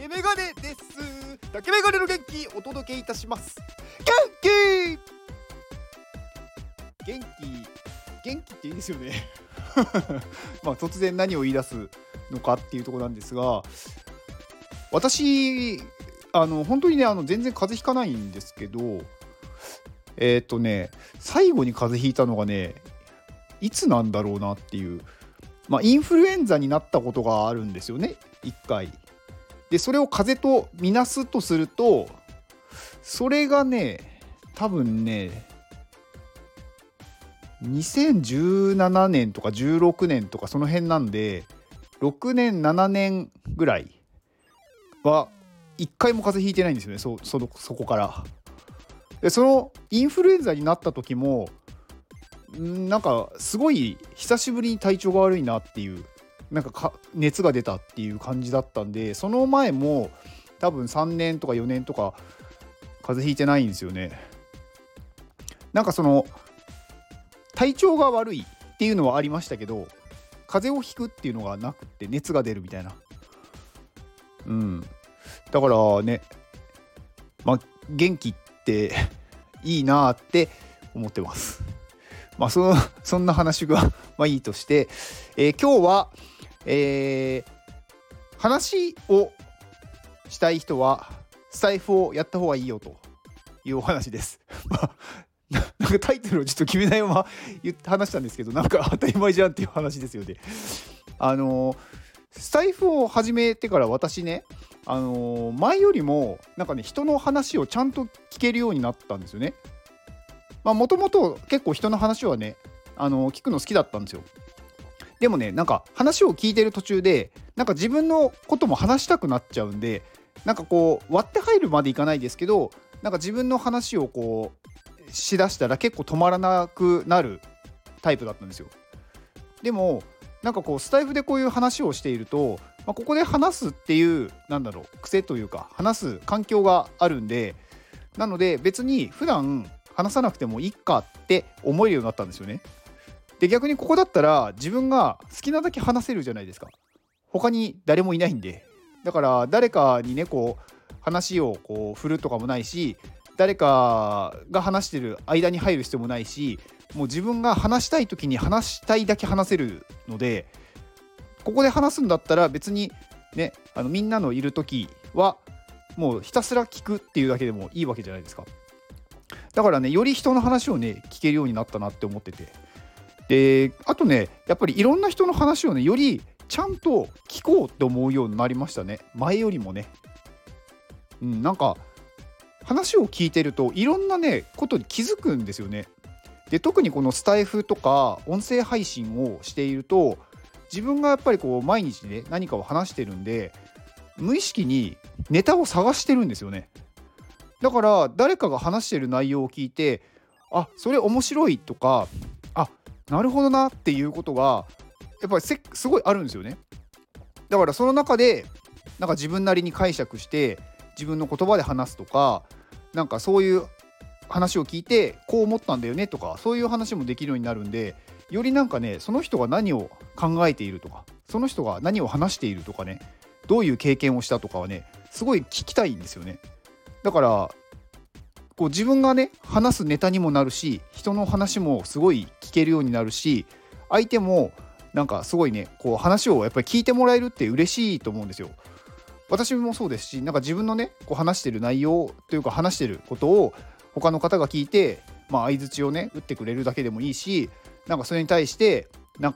竹メガネです。竹メガネの元気お届けいたします。元気っていいですよねまあ突然何を言い出すのかっていうところなんですが、私本当にね全然風邪ひかないんですけど、最後に風邪ひいたのがねいつなんだろうなっていう、インフルエンザになったことがあるんですよね、1回で。それを風邪とみなすとすると、それがね多分ね2017年とか16年とかその辺なんで、6年7年ぐらいは1回も風邪ひいてないんですよね。そこからで、そのインフルエンザになった時もなんかすごい久しぶりに体調が悪いなっていう、熱が出たっていう感じだったんで、その前も多分3年とか4年とか風邪ひいてないんですよね。その体調が悪いっていうのはありましたけど、風邪をひくっていうのがなくって、熱が出るみたいな。だからね、元気っていいなって思ってます。そんな話がいいとして、今日は、話をしたい人はスタイフをやった方がいいよというお話ですタイトルをちょっと決めないまま話したんですけど、当たり前じゃんっていう話ですよね。スタイフを始めてから私ね、前よりも人の話をちゃんと聞けるようになったんですよね。もともと結構人の話はね聞くの好きだったんですよ。でもね話を聞いてる途中で自分のことも話したくなっちゃうんで、割って入るまでいかないですけど、自分の話をしだしたら結構止まらなくなるタイプだったんですよ。でもスタイフでこういう話をしていると、ここで話すっていう癖というか話す環境があるんで、なので別に普段話さなくてもいいかって思えるようになったんですよね。で逆にここだったら自分が好きなだけ話せるじゃないですか。他に誰もいないんで。だから誰かにね話を振るとかもないし、誰かが話してる間に入る必要もないし、もう自分が話したい時に話したいだけ話せるので、ここで話すんだったら別にねみんなのいる時はもうひたすら聞くっていうだけでもいいわけじゃないですか。だからねより人の話をね聞けるようになったなって思ってて、であとねやっぱりいろんな人の話をねよりちゃんと聞こうって思うようになりましたね、前よりもね。話を聞いてるといろんなねことに気づくんですよね。で特にこのスタイフとか音声配信をしていると、自分がやっぱり毎日ね何かを話してるんで、無意識にネタを探してるんですよね。だから誰かが話してる内容を聞いて、それ面白いとか、なるほどなっていうことがやっぱりすごいあるんですよね。だからその中で自分なりに解釈して自分の言葉で話すとか、そういう話を聞いてこう思ったんだよねとか、そういう話もできるようになるんで、よりその人が何を考えているとか、その人が何を話しているとかね、どういう経験をしたとかはねすごい聞きたいんですよね。だから自分がね話すネタにもなるし、人の話もすごい聞けるようになるし、相手もすごいね話をやっぱり聞いてもらえるって嬉しいと思うんですよ。私もそうですし、自分のね話してる内容というか話してることを他の方が聞いて、相槌をね打ってくれるだけでもいいし、それに対して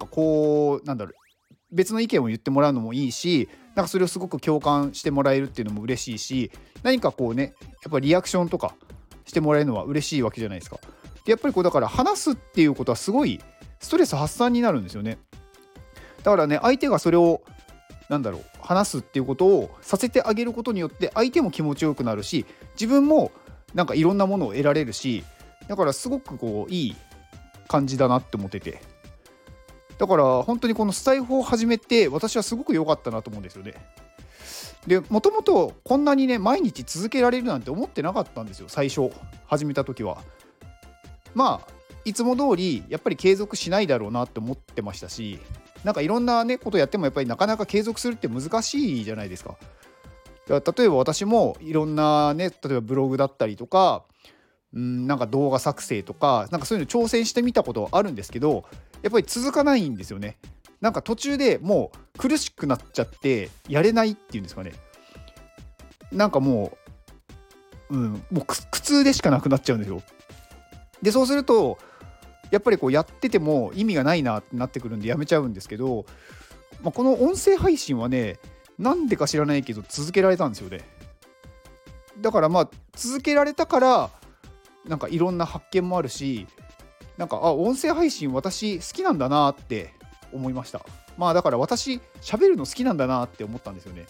別の意見を言ってもらうのもいいし、それをすごく共感してもらえるっていうのも嬉しいし、何かやっぱりリアクションとかしてもらえるのは嬉しいわけじゃないですか。でやっぱりだから話すっていうことはすごいストレス発散になるんですよね。だからね相手がそれを話すっていうことをさせてあげることによって相手も気持ちよくなるし、自分もいろんなものを得られるし、だからすごくいい感じだなって思ってて、だから本当にこのスタイフを始めて私はすごく良かったなと思うんですよね。でもともとこんなにね毎日続けられるなんて思ってなかったんですよ、最初始めた時は。いつも通りやっぱり継続しないだろうなって思ってましたし、いろんなねことやってもやっぱりなかなか継続するって難しいじゃないですか。 だから例えば私もいろんなね、例えばブログだったりとか、なんか動画作成とか、なんかそういうの挑戦してみたことあるんですけど、やっぱり続かないんですよね。なんか途中でもう苦しくなっちゃってやれないっていうんですかね。なんかもう苦痛でしかなくなっちゃうんですよ。でそうするとやっぱりこうやってても意味がないなってなってくるんでやめちゃうんですけど、この音声配信はね、なんでか知らないけど続けられたんですよね。だから続けられたからなんかいろんな発見もあるし、なんか音声配信私好きなんだなって思いました。だから私喋るの好きなんだなって思ったんですよね。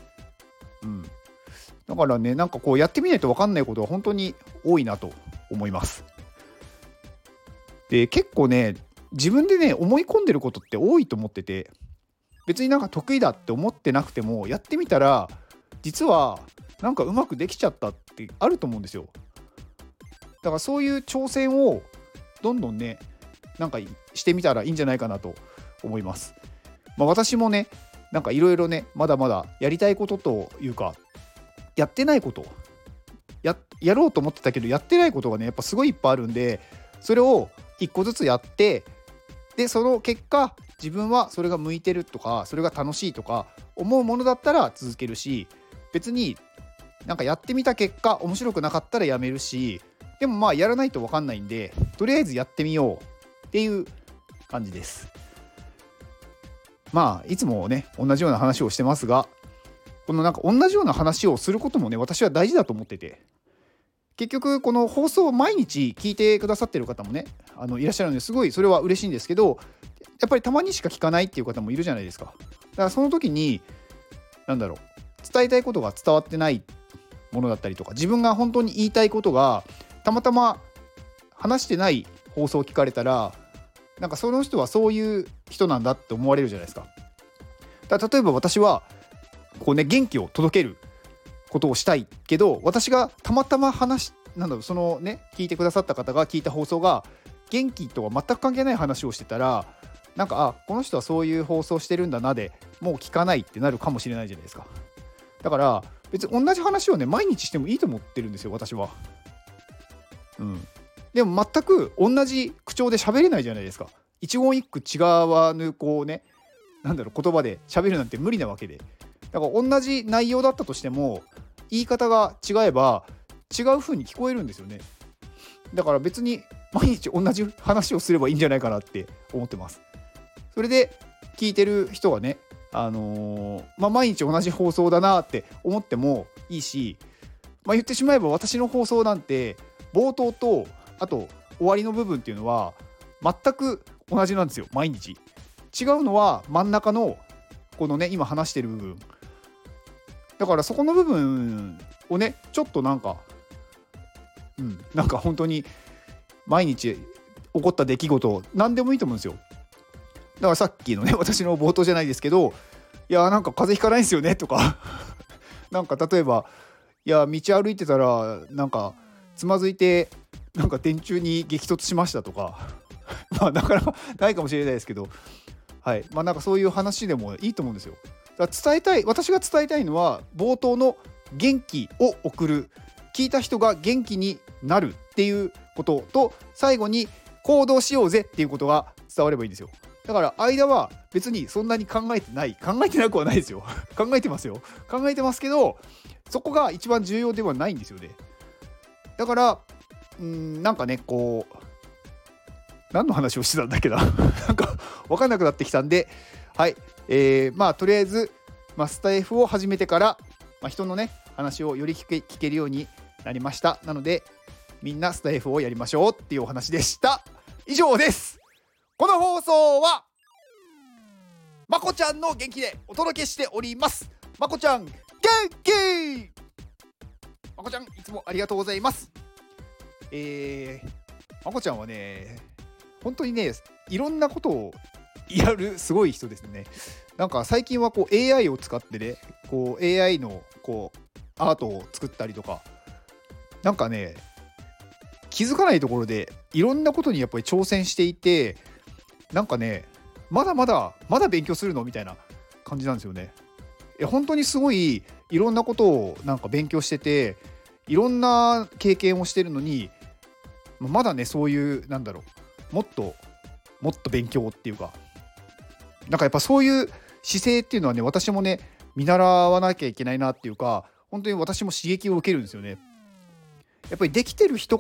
だからね、なんかこうやってみないと分かんないことは本当に多いなと思います。で結構ね、自分でね思い込んでることって多いと思ってて、別になんか得意だって思ってなくてもやってみたら実はなんかうまくできちゃったってあると思うんですよ。だからそういう挑戦をどんどんね、なんかしてみたらいいんじゃないかなと思います。私もね、なんかいろいろね、まだまだやりたいことというか、やってないことやろうと思ってたけどやってないことがね、やっぱすごいいっぱいあるんで、それを一個ずつやって、でその結果自分はそれが向いてるとか、それが楽しいとか思うものだったら続けるし、別になんかやってみた結果面白くなかったらやめるし、でもやらないと分かんないんで、とりあえずやってみようっていう感じです。いつもね同じような話をしてますが、このなんか同じような話をすることもね、私は大事だと思ってて、結局この放送を毎日聞いてくださってる方もねいらっしゃるので、すごいそれは嬉しいんですけど、やっぱりたまにしか聞かないっていう方もいるじゃないですか。だからその時に伝えたいことが伝わってないものだったりとか、自分が本当に言いたいことがたまたま話してない放送を聞かれたら、なんかその人はそういう人なんだって思われるじゃないですか。例えば私はこうね、元気を届けることをしたいけど、私がたまたまそのね、聞いてくださった方が聞いた放送が元気とは全く関係ない話をしてたら、なんかこの人はそういう放送してるんだなでもう聞かないってなるかもしれないじゃないですか。だから別に同じ話をね毎日してもいいと思ってるんですよ、私は。でも全く同じ口調で喋れないじゃないですか。一言一句違わぬこうね、言葉で喋るなんて無理なわけで、だから同じ内容だったとしても言い方が違えば違う風に聞こえるんですよね。だから別に毎日同じ話をすればいいんじゃないかなって思ってます。それで聞いてる人はね、毎日同じ放送だなって思ってもいいし、言ってしまえば私の放送なんて冒頭とあと終わりの部分っていうのは全く同じなんですよ、毎日。違うのは真ん中のこのね、今話してる部分だから、そこの部分をねちょっとなんか本当に毎日起こった出来事何でもいいと思うんですよ。だからさっきのね、私の冒頭じゃないですけど、いやなんか風邪ひかないんですよねとかなんか例えば、いや道歩いてたらなんかつまずいてなんか電柱に激突しましたとかなかなかないかもしれないですけど、なんかそういう話でもいいと思うんですよ。だから私が伝えたいのは冒頭の元気を送る、聞いた人が元気になるっていうことと、最後に行動しようぜっていうことが伝わればいいんですよ。だから間は別にそんなに考えてなくはないですよ考えてますけど、そこが一番重要ではないんですよね。だからなんかね、こう何の話をしてたんだっけななんか分かんなくなってきたんで、とりあえず、スタイフを始めてから、人のね話をより聞けるようになりました。なのでみんなスタイフをやりましょうっていうお話でした。以上です。この放送はまこちゃんの元気でお届けしております。まこちゃん元気、まこちゃんいつもありがとうございます。まこちゃんはね本当にねいろんなことをやるすごい人ですね。なんか最近はこう AI を使ってね、こう AI のこうアートを作ったりとか、なんかね気づかないところでいろんなことにやっぱり挑戦していて、なんかねまだ勉強するのみたいな感じなんですよね。 本当にすごいいろんなことをなんか勉強してて、いろんな経験をしてるのに、まだねそういうもっと勉強っていうか、なんかやっぱそういう姿勢っていうのはね、私もね見習わなきゃいけないなっていうか、本当に私も刺激を受けるんですよね。やっぱりできてる人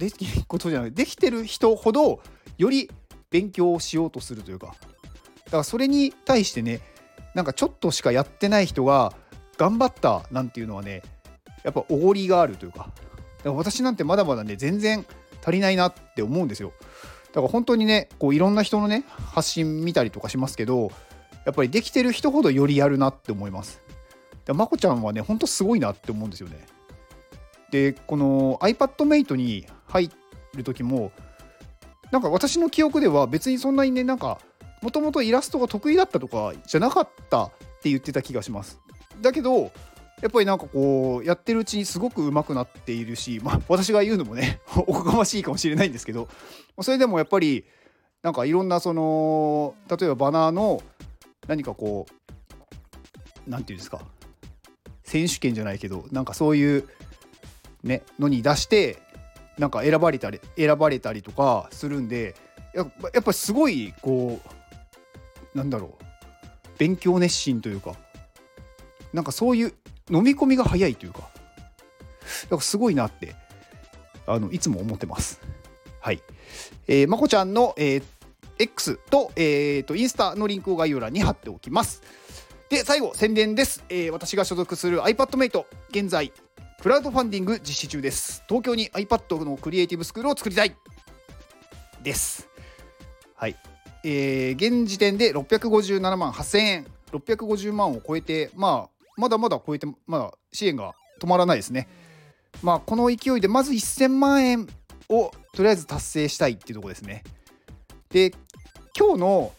ほどより勉強をしようとするというか、だからそれに対してね、なんかちょっとしかやってない人が頑張ったなんていうのはね、やっぱおごりがあるというか、だから私なんてまだまだね全然足りないなって思うんですよ。だから本当にねこういろんな人のね発信見たりとかしますけど、やっぱりできてる人ほどよりやるなって思います。まこちゃんはね本当すごいなって思うんですよね。でこの iPadMate に入る時も、なんか私の記憶では別にそんなにね、なんかもともとイラストが得意だったとかじゃなかったって言ってた気がします。だけどやっぱりなんかこうやってるうちにすごく上手くなっているし、私が言うのもねおこがましいかもしれないんですけど、それでもやっぱりなんかいろんな例えばバナーの何かこうなんていうんですか、選手権じゃないけど、なんかそういうねのに出してなんか選ばれたりとかするんで、やっぱすごいこう勉強熱心というか、なんかそういう飲み込みが早いというか、だからすごいなっていつも思ってます。はい、まこちゃんの、X と、インスタのリンクを概要欄に貼っておきます。で最後宣伝です。私が所属する iPadMate、 現在クラウドファンディング実施中です。東京に iPad のクリエイティブスクールを作りたいです。はい、現時点で657万8000円、650万を超えて、まだまだ超えて、まだ支援が止まらないですね。この勢いでまず1000万円をとりあえず達成したいっていうところですね。で今日の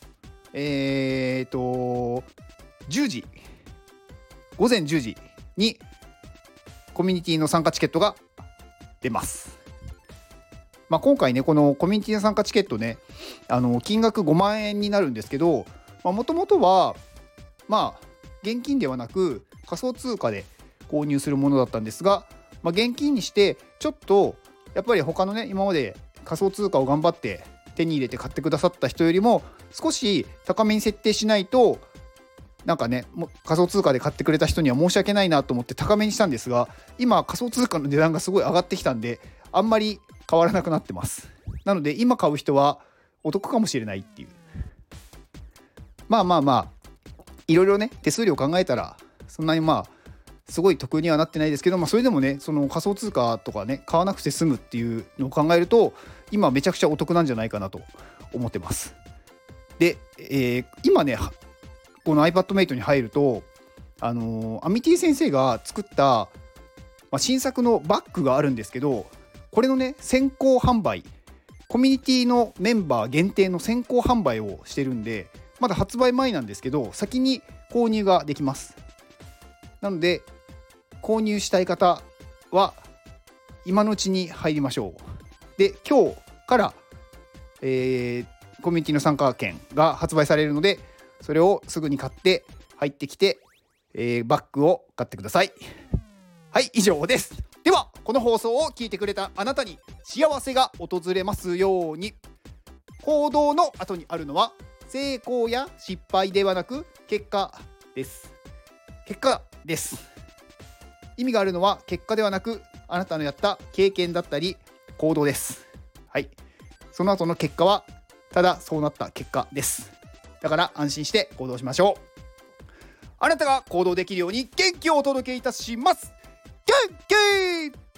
午前10時にコミュニティの参加チケットが出ます。今回ねこのコミュニティの参加チケットね、金額5万円になるんですけど、もともとは現金ではなく仮想通貨で購入するものだったんですが、現金にしてちょっとやっぱり他のね今まで仮想通貨を頑張って手に入れて買ってくださった人よりも少し高めに設定しないと、なんかね仮想通貨で買ってくれた人には申し訳ないなと思って高めにしたんですが、今仮想通貨の値段がすごい上がってきたんであんまり変わらなくなってます。なので今買う人はお得かもしれないっていう、いろいろね手数料考えたらそんなにすごい得にはなってないですけど、それでもねその仮想通貨とかね買わなくて済むっていうのを考えると今めちゃくちゃお得なんじゃないかなと思ってます。で、今ねこの iPadMate に入るとアミティ先生が作った、新作のバッグがあるんですけど、これのね先行販売、コミュニティのメンバー限定の先行販売をしてるんで、まだ発売前なんですけど先に購入ができます。なので購入したい方は今のうちに入りましょう。で今日から、コミュニティの参加券が発売されるので、それをすぐに買って入ってきて、バッグを買ってください。はい以上です。ではこの放送を聞いてくれたあなたに幸せが訪れますように。行動の後にあるのは成功や失敗ではなく結果です。意味があるのは結果ではなくあなたのやった経験だったり行動です。はい、その後の結果はただそうなった結果です。だから安心して行動しましょう。あなたが行動できるように元気をお届けいたします。元気